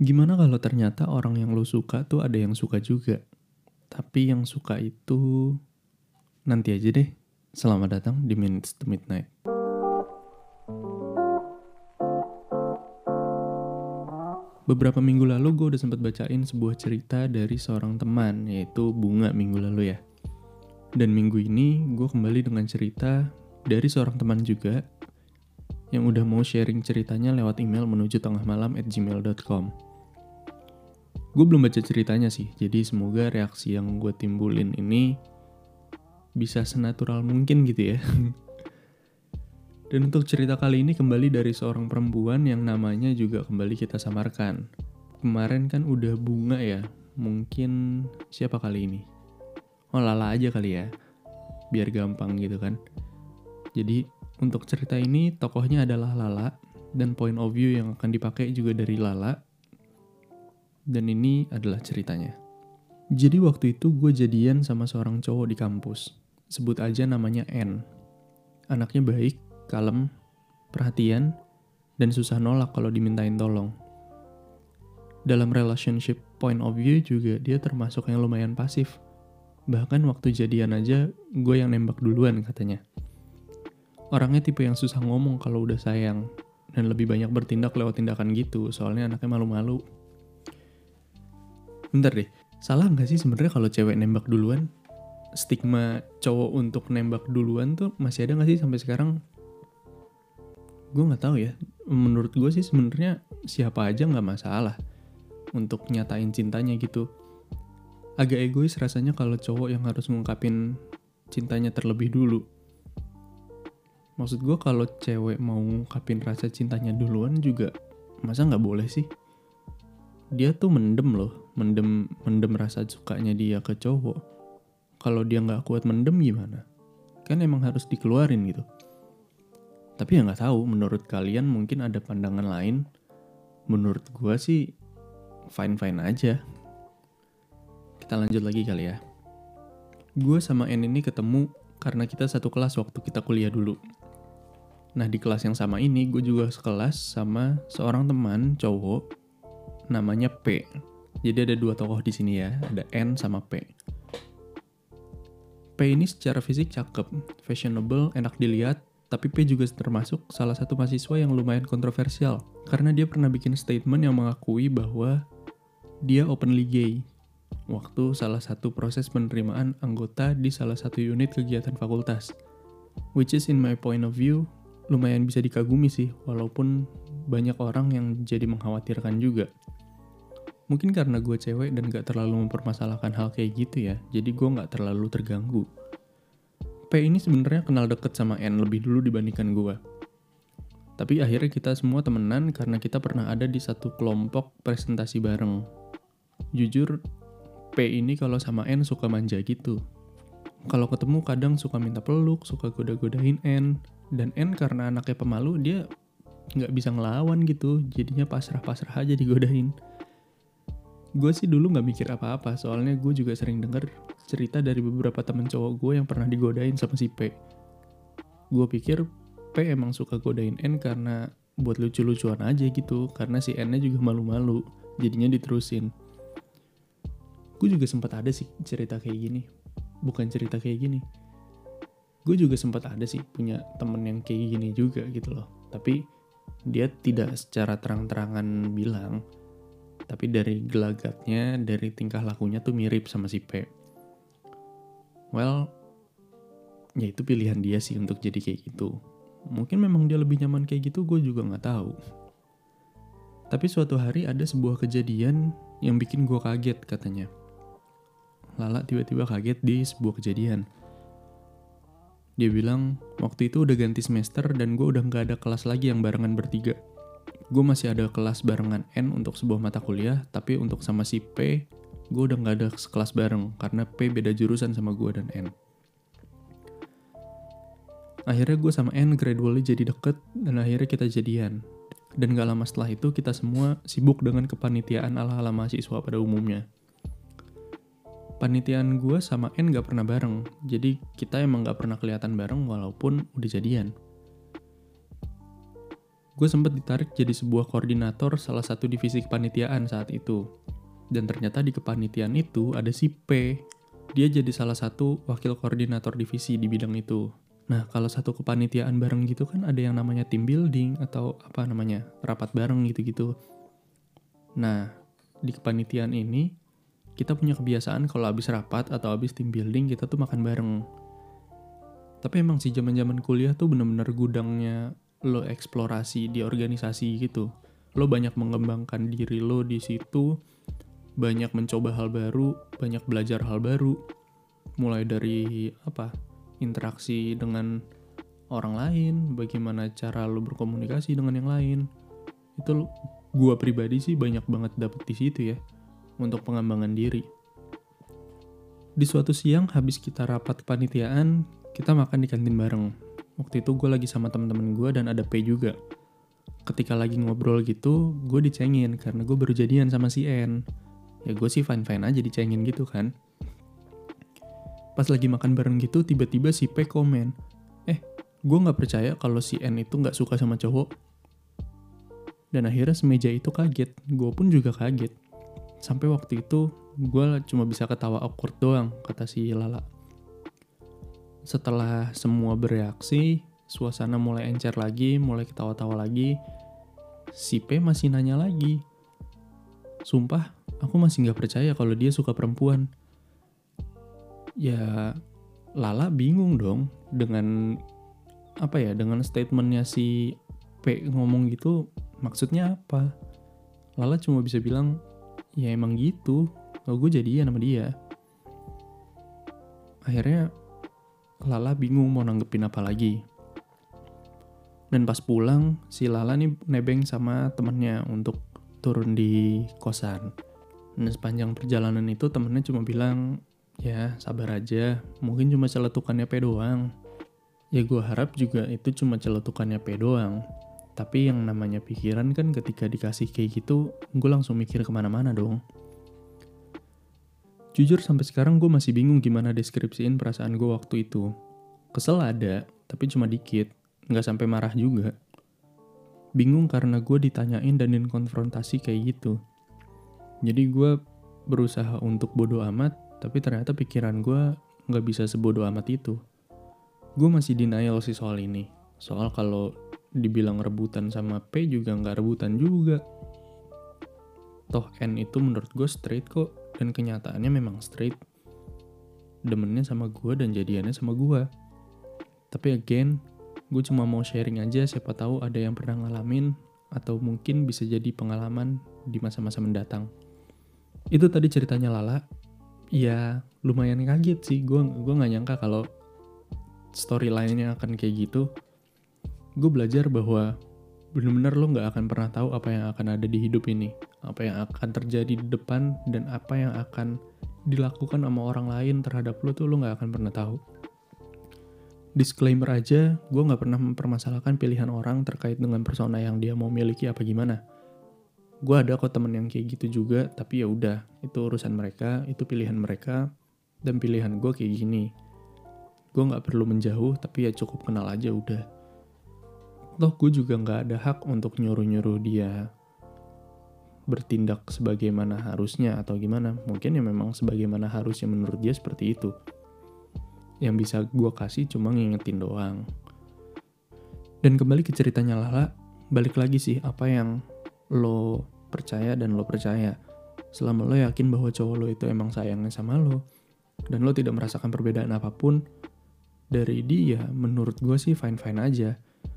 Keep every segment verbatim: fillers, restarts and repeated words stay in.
Gimana kalau ternyata orang yang lo suka tuh ada yang suka juga? Tapi yang suka itu nanti aja deh. Selamat datang di Minutes to Midnight. Beberapa minggu lalu gue udah sempat bacain sebuah cerita dari seorang teman, yaitu Bunga minggu lalu ya. Dan minggu ini gue kembali dengan cerita dari seorang teman juga yang udah mau sharing ceritanya lewat email menuju tengah malam at gmail dot com. Gue belum baca ceritanya sih, jadi semoga reaksi yang gue timbulin ini bisa senatural mungkin gitu ya. Dan untuk cerita kali ini kembali dari seorang perempuan yang namanya juga kembali kita samarkan. Kemarin kan udah Bunga ya, mungkin siapa kali ini? Oh Lala aja kali ya, biar gampang gitu kan. Jadi untuk cerita ini tokohnya adalah Lala, dan point of view yang akan dipakai juga dari Lala. Dan ini adalah ceritanya. Jadi waktu itu gue jadian sama seorang cowok di kampus. Sebut aja namanya N. Anaknya baik, kalem, perhatian, dan susah nolak kalau dimintain tolong. Dalam relationship point of view juga dia termasuk yang lumayan pasif. Bahkan waktu jadian aja gue yang nembak duluan katanya. Orangnya tipe yang susah ngomong kalau udah sayang. Dan lebih banyak bertindak lewat tindakan gitu, soalnya anaknya malu-malu. Bentar deh, salah nggak sih sebenarnya kalau cewek nembak duluan? Stigma cowok untuk nembak duluan tuh masih ada nggak sih sampai sekarang? Gue nggak tahu ya. Menurut gue sih sebenarnya siapa aja nggak masalah untuk nyatain cintanya gitu. Agak egois rasanya kalau cowok yang harus ngungkapin cintanya terlebih dulu. Maksud gue kalau cewek mau ngungkapin rasa cintanya duluan juga masa nggak boleh sih? Dia tuh mendem loh, mendem mendem rasa sukanya dia ke cowok. Kalau dia nggak kuat mendem gimana? Kan emang harus dikeluarin gitu. Tapi ya nggak tahu, menurut kalian mungkin ada pandangan lain. Menurut gue sih fine-fine aja. Kita lanjut lagi kali ya. Gue sama N ini ketemu karena kita satu kelas waktu kita kuliah dulu. Nah di kelas yang sama ini gue juga sekelas sama seorang teman cowok namanya P. Jadi ada dua tokoh di sini ya, ada N sama P. P ini secara fisik cakep, fashionable, enak dilihat, tapi P juga termasuk salah satu mahasiswa yang lumayan kontroversial karena dia pernah bikin statement yang mengakui bahwa dia openly gay waktu salah satu proses penerimaan anggota di salah satu unit kegiatan fakultas. Which is in my point of view lumayan bisa dikagumi sih, walaupun banyak orang yang jadi mengkhawatirkan juga. Mungkin karena gue cewek dan gak terlalu mempermasalahkan hal kayak gitu ya, jadi gue gak terlalu terganggu. P ini sebenarnya kenal deket sama N lebih dulu dibandingkan gue. Tapi akhirnya kita semua temenan karena kita pernah ada di satu kelompok presentasi bareng. Jujur, P ini kalau sama N suka manja gitu. Kalau ketemu kadang suka minta peluk, suka goda-godain N. Dan N karena anaknya pemalu, dia gak bisa ngelawan gitu, jadinya pasrah-pasrah aja digodain. Gue sih dulu gak mikir apa-apa, soalnya gue juga sering denger cerita dari beberapa temen cowok gue yang pernah digodain sama si P. Gue pikir P emang suka godain N karena buat lucu-lucuan aja gitu, karena si N-nya juga malu-malu, jadinya diterusin. Gue juga sempat ada sih cerita kayak gini. Bukan cerita kayak gini. Gue juga sempat ada sih punya temen yang kayak gini juga gitu loh. Tapi dia tidak secara terang-terangan bilang, tapi dari gelagatnya, dari tingkah lakunya tuh mirip sama si P. Well, ya itu pilihan dia sih untuk jadi kayak gitu. Mungkin memang dia lebih nyaman kayak gitu, gue juga gak tahu. Tapi suatu hari ada sebuah kejadian yang bikin gue kaget katanya. Lala tiba-tiba kaget di sebuah kejadian. Dia bilang, waktu itu udah ganti semester dan gue udah gak ada kelas lagi yang barengan bertiga. Gue masih ada kelas barengan N untuk sebuah mata kuliah, tapi untuk sama si P, gue udah gak ada sekelas bareng, karena P beda jurusan sama gue dan N. Akhirnya gue sama N gradually jadi deket, dan akhirnya kita jadian. Dan gak lama setelah itu, kita semua sibuk dengan kepanitiaan ala-ala mahasiswa pada umumnya. Panitiaan gue sama N gak pernah bareng, jadi kita emang gak pernah kelihatan bareng walaupun udah jadian. gue sempat ditarik jadi sebuah koordinator salah satu divisi kepanitiaan saat itu. Dan ternyata di kepanitiaan itu ada si P. Dia jadi salah satu wakil koordinator divisi di bidang itu. Nah, kalau satu kepanitiaan bareng gitu kan ada yang namanya team building atau apa namanya, rapat bareng gitu-gitu. Nah, di kepanitiaan ini kita punya kebiasaan kalau habis rapat atau habis team building kita tuh makan bareng. Tapi emang sih zaman-zaman kuliah tuh bener-bener gudangnya lo eksplorasi di organisasi gitu. Lo banyak mengembangkan diri lo di situ, banyak mencoba hal baru, banyak belajar hal baru. Mulai dari apa? Interaksi dengan orang lain, bagaimana cara lo berkomunikasi dengan yang lain. Itu gua pribadi sih banyak banget dapet di situ ya, untuk pengembangan diri. Di suatu siang habis kita rapat kepanitiaan, kita makan di kantin bareng. Waktu itu gue lagi sama teman-teman gue dan ada P juga. Ketika lagi ngobrol gitu, gue dicengin karena gue baru jadian sama si N. Ya gue sih fine-fine aja dicengin gitu kan. Pas lagi makan bareng gitu, tiba-tiba si P komen, eh, gue gak percaya kalau si N itu gak suka sama cowok. Dan akhirnya semeja itu kaget, gue pun juga kaget. Sampai waktu itu, gue cuma bisa ketawa awkward doang, kata si Lala. Setelah semua bereaksi, suasana mulai encer lagi, mulai ketawa-tawa lagi. Si P masih nanya lagi. Sumpah, aku masih gak percaya kalau dia suka perempuan. Ya, Lala bingung dong dengan apa ya, dengan statementnya si P ngomong gitu, maksudnya apa? Lala cuma bisa bilang, ya emang gitu, kalau gue jadian sama dia. Akhirnya Lala bingung mau nanggepin apa lagi. Dan pas pulang, si Lala nih nebeng sama temennya untuk turun di kosan. Dan sepanjang perjalanan itu temennya cuma bilang, ya sabar aja, mungkin cuma celetukannya P doang. Ya gue harap juga itu cuma celetukannya P doang. Tapi yang namanya pikiran kan ketika dikasih kayak gitu, gue langsung mikir kemana-mana dong. Jujur sampai sekarang gue masih bingung gimana deskripsiin perasaan gue waktu itu. Kesel ada, tapi cuma dikit, nggak sampai marah juga. Bingung karena gue ditanyain dan dikonfrontasi kayak gitu. Jadi gue berusaha untuk bodo amat, tapi ternyata pikiran gue nggak bisa sebodo amat itu. Gue masih denial sih soal ini. Soal kalau dibilang rebutan sama P juga nggak rebutan juga. Toh N itu menurut gue straight kok. Dan kenyataannya memang straight. Demennya sama gue dan jadiannya sama gue. Tapi again, gue cuma mau sharing aja, siapa tahu ada yang pernah ngalamin atau mungkin bisa jadi pengalaman di masa-masa mendatang. Itu tadi ceritanya Lala. Ya lumayan kaget sih, gue gue nggak nyangka kalau storyline-nya akan kayak gitu. Gue belajar bahwa benar-benar lo nggak akan pernah tahu apa yang akan ada di hidup ini, apa yang akan terjadi di depan, dan apa yang akan dilakukan sama orang lain terhadap lo tuh lo nggak akan pernah tahu. Disclaimer aja, gue nggak pernah mempermasalahkan pilihan orang terkait dengan persona yang dia mau miliki apa gimana. Gue ada kok temen yang kayak gitu juga, tapi ya udah, itu urusan mereka, itu pilihan mereka, dan pilihan gue kayak gini. Gue nggak perlu menjauh, tapi ya cukup kenal aja udah. Toh gue juga gak ada hak untuk nyuruh-nyuruh dia bertindak sebagaimana harusnya atau gimana. Mungkin ya memang sebagaimana harusnya menurut dia seperti itu. Yang bisa gue kasih cuma ngingetin doang. Dan kembali ke ceritanya Lala, balik lagi sih apa yang lo percaya dan lo percaya. Selama lo yakin bahwa cowok lo itu emang sayangnya sama lo, dan lo tidak merasakan perbedaan apapun dari dia, menurut gue sih fine-fine aja.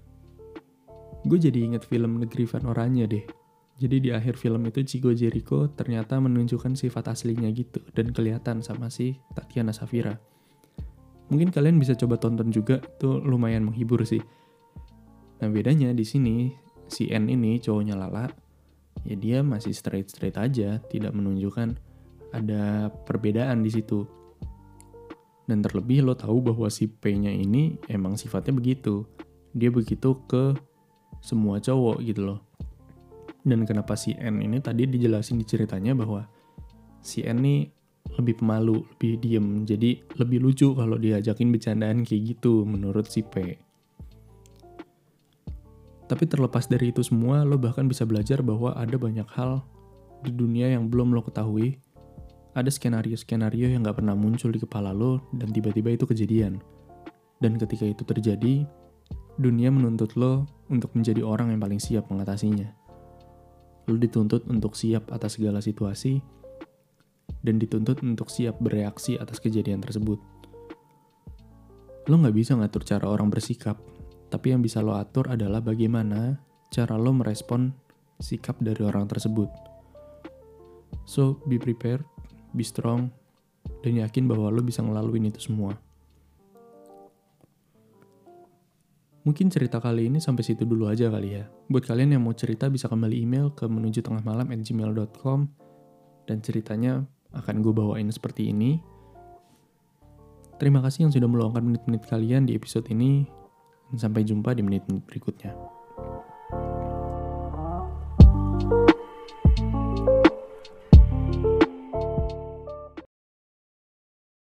Gue jadi inget film Negeri Van Oranye deh. Jadi di akhir film itu Chico Jericho ternyata menunjukkan sifat aslinya gitu. Dan kelihatan sama si Tatiana Safira. Mungkin kalian bisa coba tonton juga, tuh lumayan menghibur sih. Nah bedanya di sini, si N ini cowoknya Lala, ya dia masih straight-straight aja, tidak menunjukkan ada perbedaan di situ. Dan terlebih lo tahu bahwa si P-nya ini emang sifatnya begitu. Dia begitu ke semua cowok gitu loh. Dan kenapa si N ini tadi dijelasin di ceritanya bahwa si N ini lebih pemalu, lebih diem, jadi lebih lucu kalau diajakin bercandaan kayak gitu menurut si P. Tapi terlepas dari itu semua, lo bahkan bisa belajar bahwa ada banyak hal di dunia yang belum lo ketahui. Ada skenario-skenario yang gak pernah muncul di kepala lo, dan tiba-tiba itu kejadian. Dan ketika itu terjadi, dunia menuntut lo untuk menjadi orang yang paling siap mengatasinya. Lo dituntut untuk siap atas segala situasi, dan dituntut untuk siap bereaksi atas kejadian tersebut. Lo gak bisa ngatur cara orang bersikap, tapi yang bisa lo atur adalah bagaimana cara lo merespon sikap dari orang tersebut. So, be prepared, be strong, dan yakin bahwa lo bisa ngelaluin itu semua. Mungkin cerita kali ini sampai situ dulu aja kali ya. Buat kalian yang mau cerita bisa kembali email ke menuju tengah malam at gmail dot com, dan ceritanya akan gue bawain seperti ini. Terima kasih yang sudah meluangkan menit-menit kalian di episode ini. Sampai jumpa di menit-menit berikutnya.